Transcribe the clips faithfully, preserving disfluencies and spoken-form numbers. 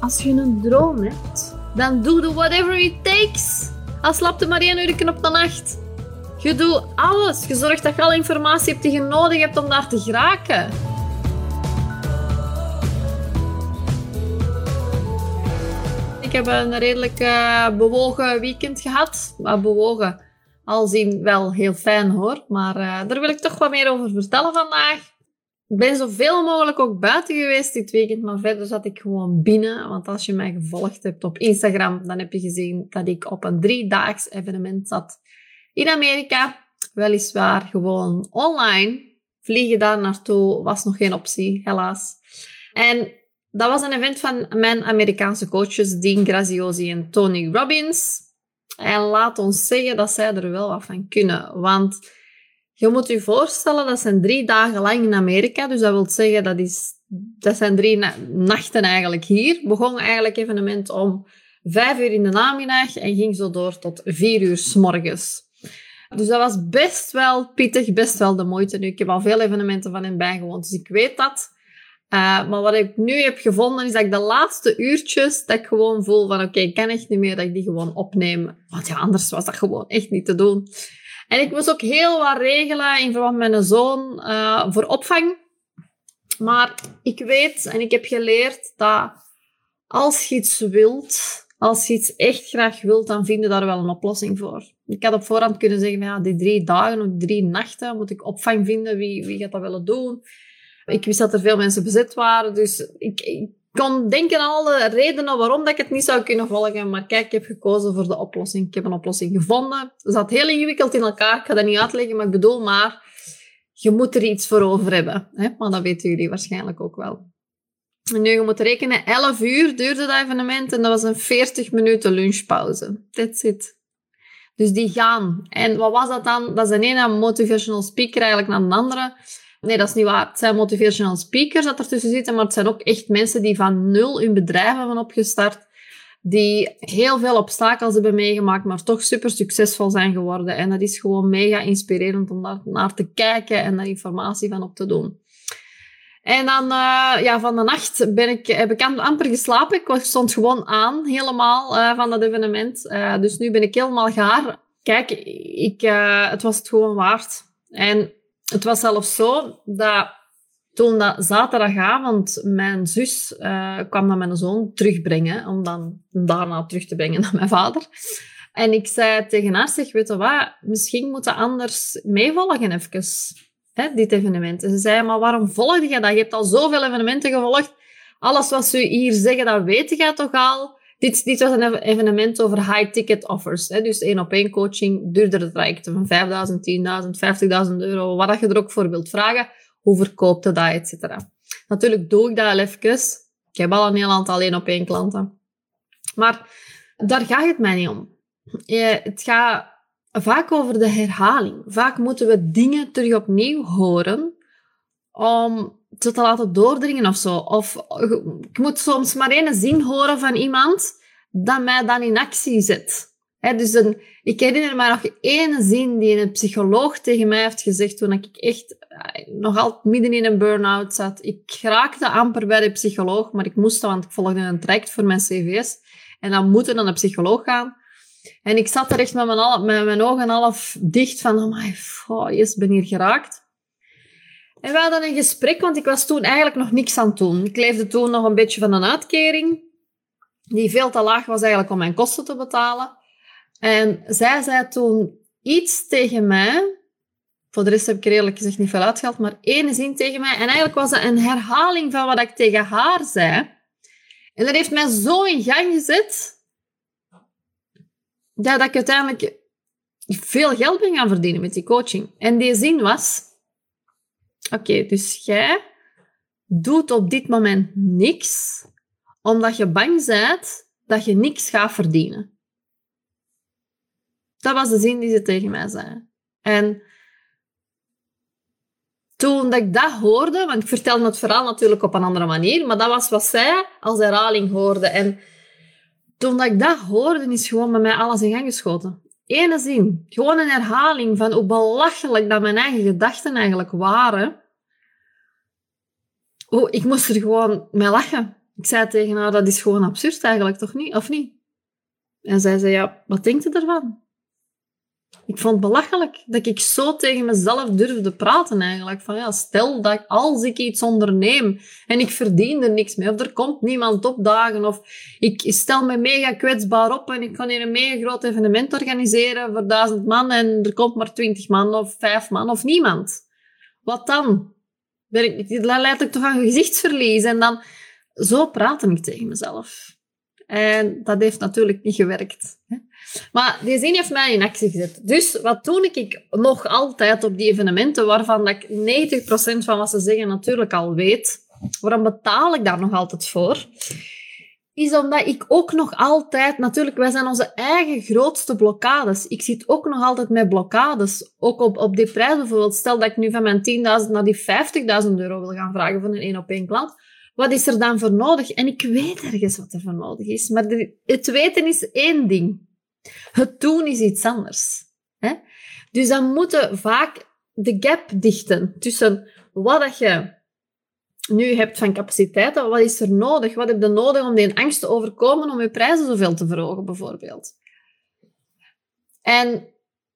Als je een droom hebt, dan doe je whatever it takes. Al slaapt je maar één uur op de nacht. Je doet alles. Je zorgt dat je alle informatie hebt die je nodig hebt om daar te geraken. Ik heb een redelijk uh, bewogen weekend gehad. Maar bewogen, als in wel heel fijn hoor. Maar uh, daar wil ik toch wat meer over vertellen vandaag. Ik ben zoveel mogelijk ook buiten geweest dit weekend, maar verder zat ik gewoon binnen. Want als je mij gevolgd hebt op Instagram, dan heb je gezien dat ik op een driedaags evenement zat in Amerika. Weliswaar gewoon online. Vliegen daar naartoe was nog geen optie, helaas. En dat was een event van mijn Amerikaanse coaches, Dean Graziosi en Tony Robbins. En laat ons zeggen dat zij er wel wat van kunnen, want je moet je voorstellen, dat zijn drie dagen lang in Amerika. Dus dat wil zeggen, dat, is, dat zijn drie na- nachten eigenlijk hier. Begon eigenlijk het evenement om vijf uur in de namiddag en ging zo door tot vier uur 's morgens. Dus dat was best wel pittig, best wel de moeite. Nu, ik heb al veel evenementen van hen bijgewoond, dus ik weet dat. Uh, maar wat ik nu heb gevonden, is dat ik de laatste uurtjes, dat ik gewoon voel van, oké, okay, ik kan echt niet meer, dat ik die gewoon opneem. Want ja, anders was dat gewoon echt niet te doen. En ik moest ook heel wat regelen in verband met mijn zoon uh, voor opvang. Maar ik weet en ik heb geleerd dat als je iets wilt, als je iets echt graag wilt, dan vind je daar wel een oplossing voor. Ik had op voorhand kunnen zeggen, ja, die drie dagen of drie nachten moet ik opvang vinden. Wie, wie gaat dat willen doen? Ik wist dat er veel mensen bezet waren, dus ik, ik kon denken aan alle redenen waarom dat ik het niet zou kunnen volgen. Maar kijk, ik heb gekozen voor de oplossing. Ik heb een oplossing gevonden. Het zat heel ingewikkeld in elkaar. Ik ga dat niet uitleggen, maar ik bedoel maar, je moet er iets voor over hebben. Hè? Maar dat weten jullie waarschijnlijk ook wel. En nu, je moet rekenen, elf uur duurde dat evenement en dat was een veertig minuten lunchpauze. That's it. Dus die gaan. En wat was dat dan? Dat is de ene motivational speaker eigenlijk naar de andere. Nee, dat is niet waar. Het zijn motivational speakers dat ertussen zitten, maar het zijn ook echt mensen die van nul hun bedrijf hebben opgestart, die heel veel obstakels hebben meegemaakt, maar toch super succesvol zijn geworden. En dat is gewoon mega inspirerend om daar naar te kijken en daar informatie van op te doen. En dan, uh, ja, van de nacht ben ik, heb ik amper geslapen. Ik stond gewoon aan, helemaal, uh, van dat evenement. Uh, dus nu ben ik helemaal gaar. Kijk, ik, uh, het was het gewoon waard. En het was zelfs zo dat toen dat zaterdagavond mijn zus uh, kwam dan mijn zoon terugbrengen, om dan daarna terug te brengen naar mijn vader. En ik zei tegen haar, zeg, weet je wat, misschien moet je anders meevolgen even, hè, dit evenement. En ze zei, maar waarom volg je dat? Je hebt al zoveel evenementen gevolgd. Alles wat ze hier zeggen, dat weet je toch al. Dit, dit was een evenement over high-ticket offers. Hè? Dus één-op-één coaching duurde het trajecten van vijfduizend, tienduizend, vijftigduizend euro. Wat je er ook voor wilt vragen. Hoe verkoopt je dat, et cetera. Natuurlijk doe ik dat al even. Ik heb al een heel aantal één-op-één klanten. Maar daar gaat het mij niet om. Het gaat vaak over de herhaling. Vaak moeten we dingen terug opnieuw horen om te laten doordringen of zo. Of ik moet soms maar één zin horen van iemand dat mij dan in actie zet. He, dus een, ik herinner me nog één zin die een psycholoog tegen mij heeft gezegd toen ik echt nog altijd midden in een burn-out zat. Ik raakte amper bij de psycholoog, maar ik moest, want ik volgde een traject voor mijn C V S. En dan moet er naar de psycholoog gaan. En ik zat er echt met mijn, met mijn ogen half dicht van, oh my, oh, yes, ben hier geraakt. En we hadden een gesprek, want ik was toen eigenlijk nog niks aan het doen. Ik leefde toen nog een beetje van een uitkering, die veel te laag was eigenlijk om mijn kosten te betalen. En zij zei toen iets tegen mij. Voor de rest heb ik er eerlijk gezegd niet veel uitgehaald, maar één zin tegen mij. En eigenlijk was dat een herhaling van wat ik tegen haar zei. En dat heeft mij zo in gang gezet, dat ik uiteindelijk veel geld ben gaan verdienen met die coaching. En die zin was, oké, okay, dus jij doet op dit moment niks, omdat je bang bent dat je niks gaat verdienen. Dat was de zin die ze tegen mij zei. En toen dat ik dat hoorde, want ik vertelde het verhaal natuurlijk op een andere manier, maar dat was wat zij als herhaling hoorde. En toen dat ik dat hoorde, is gewoon bij mij alles in gang geschoten. Ene zin. Gewoon een herhaling van hoe belachelijk dat mijn eigen gedachten eigenlijk waren. Oh, ik moest er gewoon mee lachen. Ik zei tegen haar, dat is gewoon absurd eigenlijk, toch niet? Of niet? En zij zei, ja, wat denkt u ervan? Ik vond het belachelijk dat ik zo tegen mezelf durfde praten eigenlijk. Van ja, stel dat ik, als ik iets onderneem en ik verdien er niks mee, of er komt niemand opdagen, of ik stel me mega kwetsbaar op en ik kan hier een mega groot evenement organiseren voor duizend man en er komt maar twintig man of vijf man of niemand. Wat dan? Dat leidt ik toch aan gezichtsverlies. En dan, zo praatte ik tegen mezelf. En dat heeft natuurlijk niet gewerkt. Hè? Maar die zin heeft mij in actie gezet. Dus wat doe ik nog altijd op die evenementen, waarvan ik negentig procent van wat ze zeggen natuurlijk al weet, waarom betaal ik daar nog altijd voor, is omdat ik ook nog altijd... Natuurlijk, wij zijn onze eigen grootste blokkades. Ik zit ook nog altijd met blokkades. Ook op, op die prijs bijvoorbeeld. Stel dat ik nu van mijn tienduizend naar die vijftigduizend euro wil gaan vragen voor een één-op-één klant. Wat is er dan voor nodig? En ik weet ergens wat er voor nodig is. Maar de, het weten is één ding. Het doen is iets anders. Hè? Dus dan moeten vaak de gap dichten tussen wat dat je nu hebt van capaciteiten. Wat is er nodig? Wat heb je nodig om die angst te overkomen om je prijzen zoveel te verhogen, bijvoorbeeld? En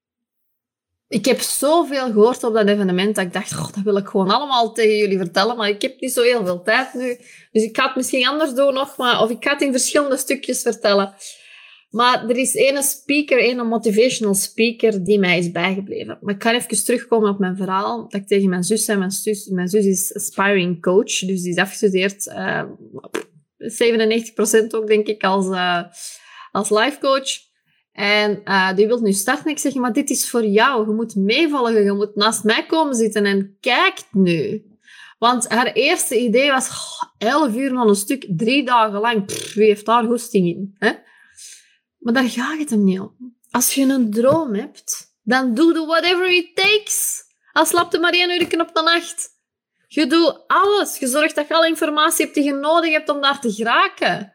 ik heb zoveel gehoord op dat evenement dat ik dacht, oh, dat wil ik gewoon allemaal tegen jullie vertellen, maar ik heb niet zo heel veel tijd nu. Dus ik ga het misschien anders doen nog, maar, of ik ga het in verschillende stukjes vertellen. Maar er is één speaker, een motivational speaker, die mij is bijgebleven. Maar ik ga even terugkomen op mijn verhaal, dat ik tegen mijn zus zei. Mijn zus, mijn zus is aspiring coach, dus die is afgestudeerd, uh, zevenennegentig procent ook, denk ik, als, uh, als life coach. En uh, die wil nu starten. Ik zeg, maar dit is voor jou. Je moet meevolgen. Je moet naast mij komen zitten en kijk nu. Want haar eerste idee was oh, elf uur aan een stuk, drie dagen lang. Pff, wie heeft daar goesting in? Hè? Maar daar gaat het hem niet om. Als je een droom hebt, dan doe je whatever it takes. Al slaapt je maar één uur op de nacht. Je doet alles. Je zorgt dat je alle informatie hebt die je nodig hebt om daar te geraken.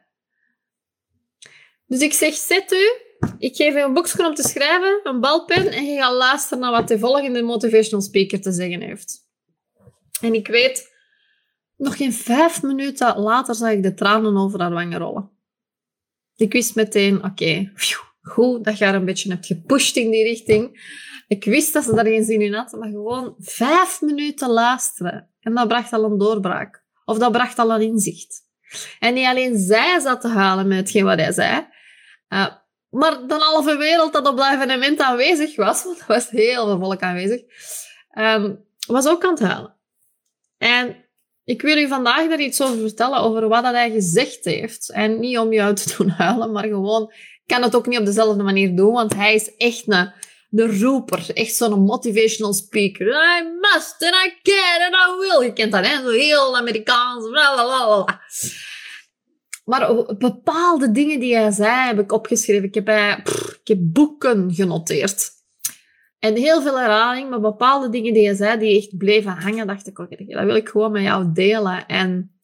Dus ik zeg, zet u. Ik geef je een boekje om te schrijven, een balpen, en je gaat luisteren naar wat de volgende motivational speaker te zeggen heeft. En ik weet, nog geen vijf minuten later zag ik de tranen over haar wangen rollen. Ik wist meteen, oké, okay, goed dat je haar een beetje hebt gepusht in die richting. Ik wist dat ze daar geen zin in had, maar gewoon vijf minuten luisteren. En dat bracht al een doorbraak. Of dat bracht al een inzicht. En niet alleen zij zat te halen met hetgeen wat hij zei, uh, maar de halve wereld dat op dat evenement aanwezig was, want er was heel veel volk aanwezig, um, was ook aan het huilen. En ik wil u vandaag daar iets over vertellen, over wat dat hij gezegd heeft. En niet om je uit te doen huilen, maar gewoon... Ik kan het ook niet op dezelfde manier doen, want hij is echt een, de roeper. Echt zo'n motivational speaker. I must, and I can, and I will. Je kent dat, hè? Zo heel Amerikaans. Blablabla. Maar bepaalde dingen die hij zei, heb ik opgeschreven. Ik heb, bij, pff, ik heb boeken genoteerd. En heel veel herhaling, maar bepaalde dingen die hij zei, die echt bleven hangen, dacht ik, oké, okay, dat wil ik gewoon met jou delen. En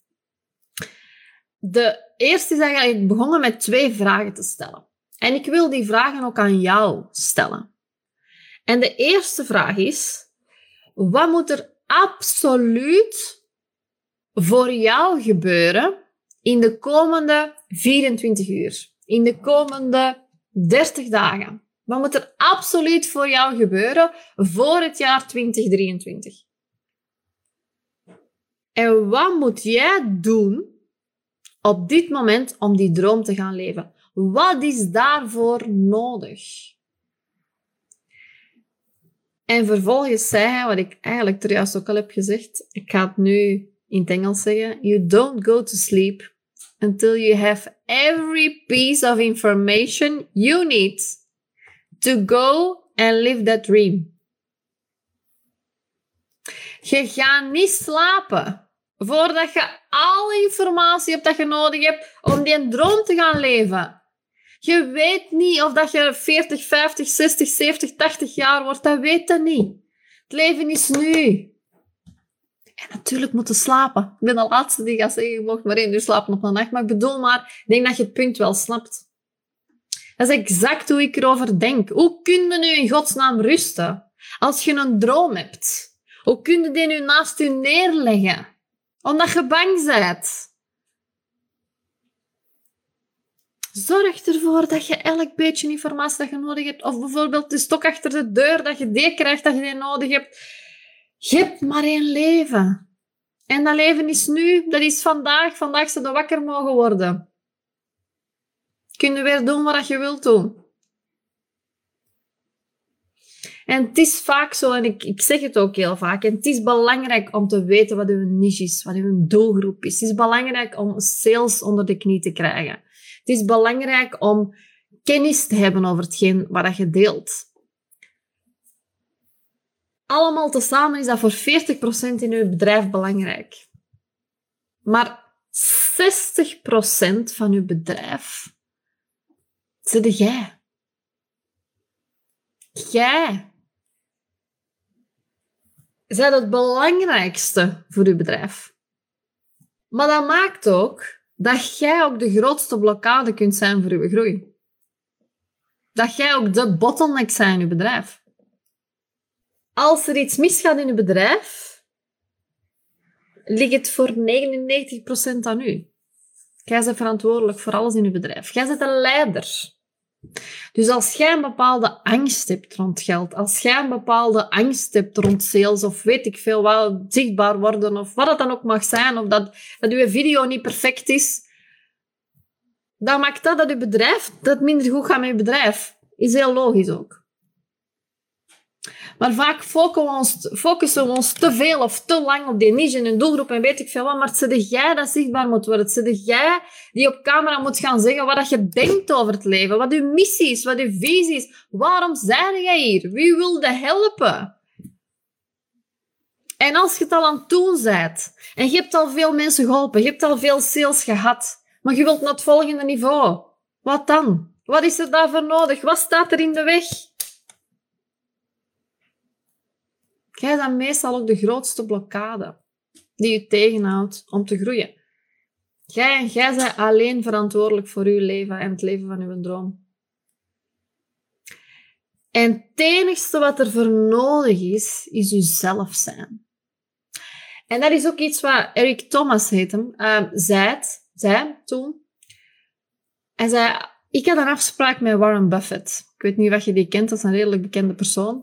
de eerste is eigenlijk begonnen met twee vragen te stellen. En ik wil die vragen ook aan jou stellen. En de eerste vraag is, wat moet er absoluut voor jou gebeuren in de komende vierentwintig uur? In de komende dertig dagen? Wat moet er absoluut voor jou gebeuren voor het jaar twintig drieëntwintig? En wat moet jij doen op dit moment om die droom te gaan leven? Wat is daarvoor nodig? En vervolgens zei hij, wat ik eigenlijk er juist ook al heb gezegd, ik ga het nu in het Engels zeggen, you don't go to sleep until you have every piece of information you need to go and live that dream. Je gaat niet slapen voordat je alle informatie hebt dat je nodig hebt om die droom te gaan leven. Je weet niet of dat je veertig, vijftig, zestig, zeventig, tachtig jaar wordt. Dat weet je niet. Het leven is nu. En natuurlijk moet je slapen. Ik ben de laatste die gaat zeggen, je mag maar één uur slapen op een nacht. Maar ik bedoel maar, ik denk dat je het punt wel snapt. Dat is exact hoe ik erover denk. Hoe kun je nu in godsnaam rusten? Als je een droom hebt. Hoe kun je die nu naast je neerleggen? Omdat je bang bent. Zorg ervoor dat je elk beetje informatie dat je nodig hebt. Of bijvoorbeeld de stok achter de deur, dat je die krijgt dat je die nodig hebt. Je hebt maar één leven. En dat leven is nu, dat is vandaag. Vandaag zou je wakker mogen worden. Kun je weer doen wat je wilt doen. En het is vaak zo, en ik, ik zeg het ook heel vaak, en het is belangrijk om te weten wat uw niche is, wat uw doelgroep is. Het is belangrijk om sales onder de knie te krijgen. Het is belangrijk om kennis te hebben over hetgeen wat je deelt. Allemaal tezamen is dat voor veertig procent in uw bedrijf belangrijk. Maar zestig procent van uw bedrijf zit jij. Jij bent het belangrijkste voor uw bedrijf. Maar dat maakt ook dat jij ook de grootste blokkade kunt zijn voor uw groei. Dat jij ook de bottleneck bent in uw bedrijf. Als er iets misgaat in uw bedrijf, ligt het voor negenennegentig procent aan u. Jij bent verantwoordelijk voor alles in uw bedrijf. Jij bent een leider. Dus als jij een bepaalde angst hebt rond geld, als jij een bepaalde angst hebt rond sales, of weet ik veel wat, zichtbaar worden, of wat het dan ook mag zijn, of dat, dat uw video niet perfect is, dan maakt dat dat uw bedrijf, dat minder goed gaat met uw bedrijf. Is heel logisch ook. Maar vaak focussen we, ons, focussen we ons te veel of te lang op die niche en een doelgroep en weet ik veel wat. Maar het is jij dat zichtbaar moet worden. Het is jij die op camera moet gaan zeggen wat je denkt over het leven. Wat je missie is, wat je visie is. Waarom zijn jij hier? Wie wil je helpen? En als je het al aan het doen bent en je hebt al veel mensen geholpen, je hebt al veel sales gehad, maar je wilt naar het volgende niveau. Wat dan? Wat is er daarvoor nodig? Wat staat er in de weg? Jij bent meestal ook de grootste blokkade die je tegenhoudt om te groeien. Jij en jij bent alleen verantwoordelijk voor uw leven en het leven van uw droom. En het enigste wat er voor nodig is, is jezelf zijn. En dat is ook iets wat Eric Thomas heet hem, uh, zei, zei toen. Hij zei, ik had een afspraak met Warren Buffett. Ik weet niet of je die kent, dat is een redelijk bekende persoon.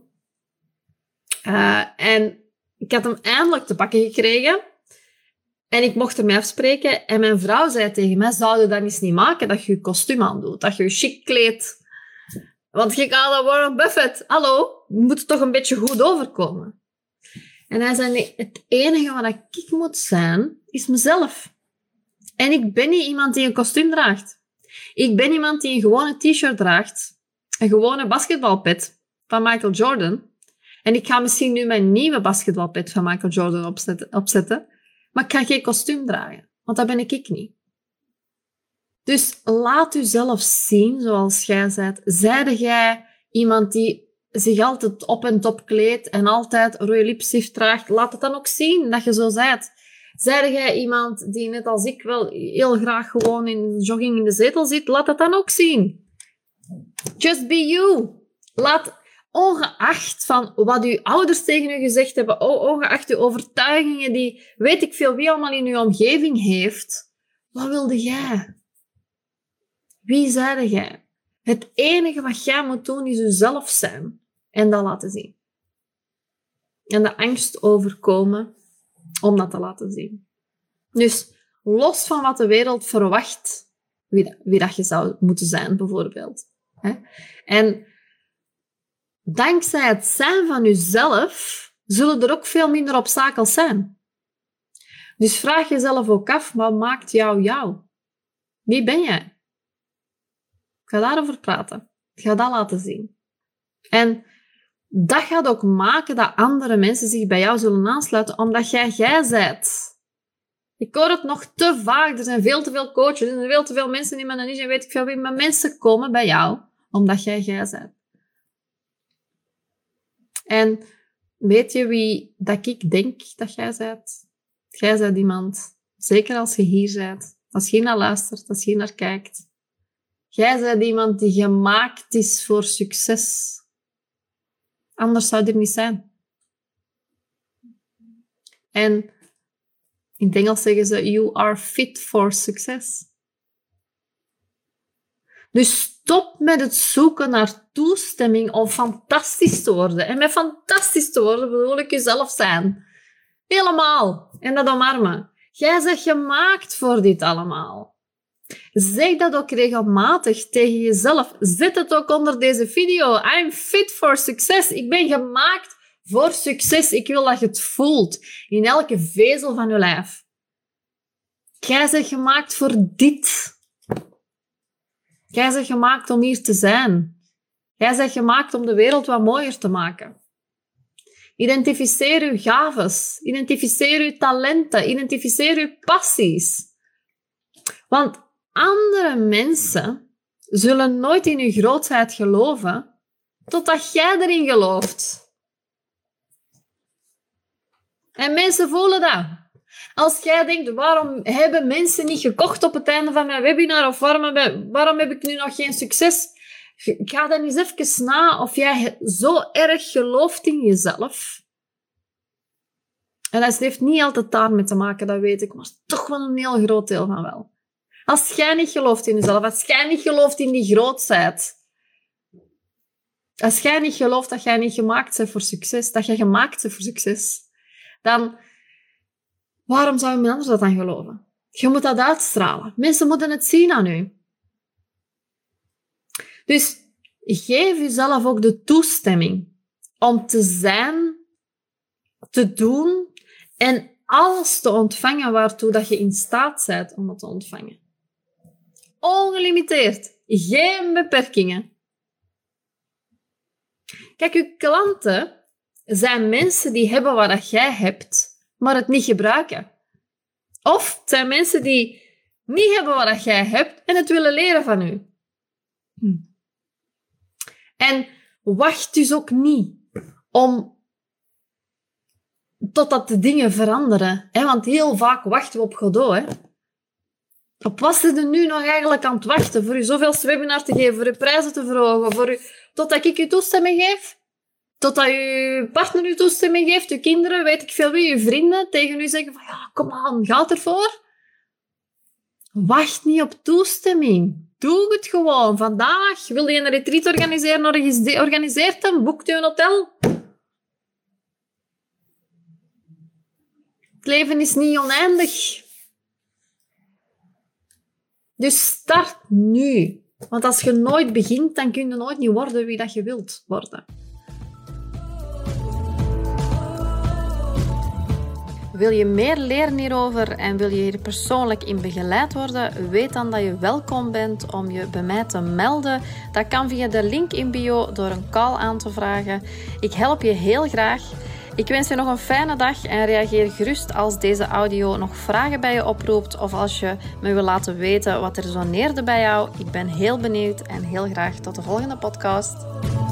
Uh, en ik had hem eindelijk te pakken gekregen. En ik mocht ermee afspreken. En mijn vrouw zei tegen mij, zou je dat eens niet maken dat je je kostuum aandoet? Dat je je chic kleedt? Want je gaat naar Warren Buffett. Hallo, je moet toch een beetje goed overkomen. En hij zei, nee, het enige wat ik moet zijn, is mezelf. En ik ben niet iemand die een kostuum draagt. Ik ben iemand die een gewone t-shirt draagt. Een gewone basketbalpet van Michael Jordan. En ik ga misschien nu mijn nieuwe basketbalpet van Michael Jordan opzetten, opzetten. Maar ik ga geen kostuum dragen. Want dat ben ik, ik niet. Dus laat uzelf zien zoals jij bent. Zijde jij iemand die zich altijd op en top kleedt en altijd rode lipstift draagt? Laat het dan ook zien dat je zo bent. Zijde jij iemand die net als ik wel heel graag gewoon in jogging in de zetel zit? Laat het dan ook zien. Just be you. Laat... Ongeacht van wat uw ouders tegen u gezegd hebben, ongeacht uw overtuigingen die weet ik veel wie allemaal in uw omgeving heeft, wat wilde jij? Wie zeide jij? Het enige wat jij moet doen is jezelf zijn en dat laten zien. En de angst overkomen om dat te laten zien. Dus los van wat de wereld verwacht, wie dat, wie dat je zou moeten zijn, bijvoorbeeld. En dankzij het zijn van jezelf zullen er ook veel minder obstakels zijn. Dus vraag jezelf ook af, wat maakt jou jou? Wie ben jij? Ik ga daarover praten. Ik ga dat laten zien. En dat gaat ook maken dat andere mensen zich bij jou zullen aansluiten, omdat jij jij bent. Ik hoor het nog te vaak. Er zijn veel te veel coaches, er zijn veel te veel mensen in mijn niche en weet ik veel wie, maar mensen komen bij jou omdat jij jij bent. En weet je wie dat ik denk dat jij bent? Jij bent iemand, zeker als je hier bent, als je naar luistert, als je naar kijkt. Jij bent iemand die gemaakt is voor succes. Anders zou je er niet zijn. En in het Engels zeggen ze, you are fit for success. Dus stop met het zoeken naar toestemming om fantastisch te worden. En met fantastisch te worden bedoel ik jezelf zijn. Helemaal. En dat omarmen. Jij bent gemaakt voor dit allemaal. Zeg dat ook regelmatig tegen jezelf. Zet het ook onder deze video. I'm fit for success. Ik ben gemaakt voor succes. Ik wil dat je het voelt in elke vezel van je lijf. Jij bent gemaakt voor dit. Jij bent gemaakt om hier te zijn. Jij bent gemaakt om de wereld wat mooier te maken. Identificeer uw gaves. Identificeer uw talenten. Identificeer uw passies. Want andere mensen zullen nooit in uw grootheid geloven totdat jij erin gelooft. En mensen voelen dat. Als jij denkt, waarom hebben mensen niet gekocht op het einde van mijn webinar? Of waarom heb, waarom heb ik nu nog geen succes? Ga dan eens even na of jij zo erg gelooft in jezelf. En dat heeft niet altijd daarmee te maken, dat weet ik. Maar toch wel een heel groot deel van wel. Als jij niet gelooft in jezelf. Als jij niet gelooft in die grootheid. Als jij niet gelooft dat jij niet gemaakt bent voor succes. Dat jij gemaakt bent voor succes. Dan... Waarom zou iemand anders dat dan geloven? Je moet dat uitstralen. Mensen moeten het zien aan u. Dus geef jezelf ook de toestemming om te zijn, te doen en alles te ontvangen waartoe dat je in staat bent om het te ontvangen. Ongelimiteerd. Geen beperkingen. Kijk, uw klanten zijn mensen die hebben wat dat jij hebt, maar het niet gebruiken. Of het zijn mensen die niet hebben wat jij hebt en het willen leren van u. Hm. En wacht dus ook niet om totdat de dingen veranderen. Hè? Want heel vaak wachten we op Godot. Hè? Op wat zit er nu nog eigenlijk aan het wachten? Voor u zoveelste webinar te geven, voor uw prijzen te verhogen, voor u, totdat ik u toestemming geef? Totdat je partner u toestemming geeft, je kinderen, weet ik veel wie, je vrienden, tegen u zeggen van ja, kom aan, ga ervoor. Wacht niet op toestemming. Doe het gewoon. Vandaag wil je een retreat organiseren, organiseert hem, boekt u een hotel. Het leven is niet oneindig. Dus start nu. Want als je nooit begint, dan kun je nooit niet worden wie dat je wilt worden. Wil je meer leren hierover en wil je hier persoonlijk in begeleid worden? Weet dan dat je welkom bent om je bij mij te melden. Dat kan via de link in bio door een call aan te vragen. Ik help je heel graag. Ik wens je nog een fijne dag en reageer gerust als deze audio nog vragen bij je oproept of als je me wil laten weten wat er resoneerde bij jou. Ik ben heel benieuwd en heel graag tot de volgende podcast.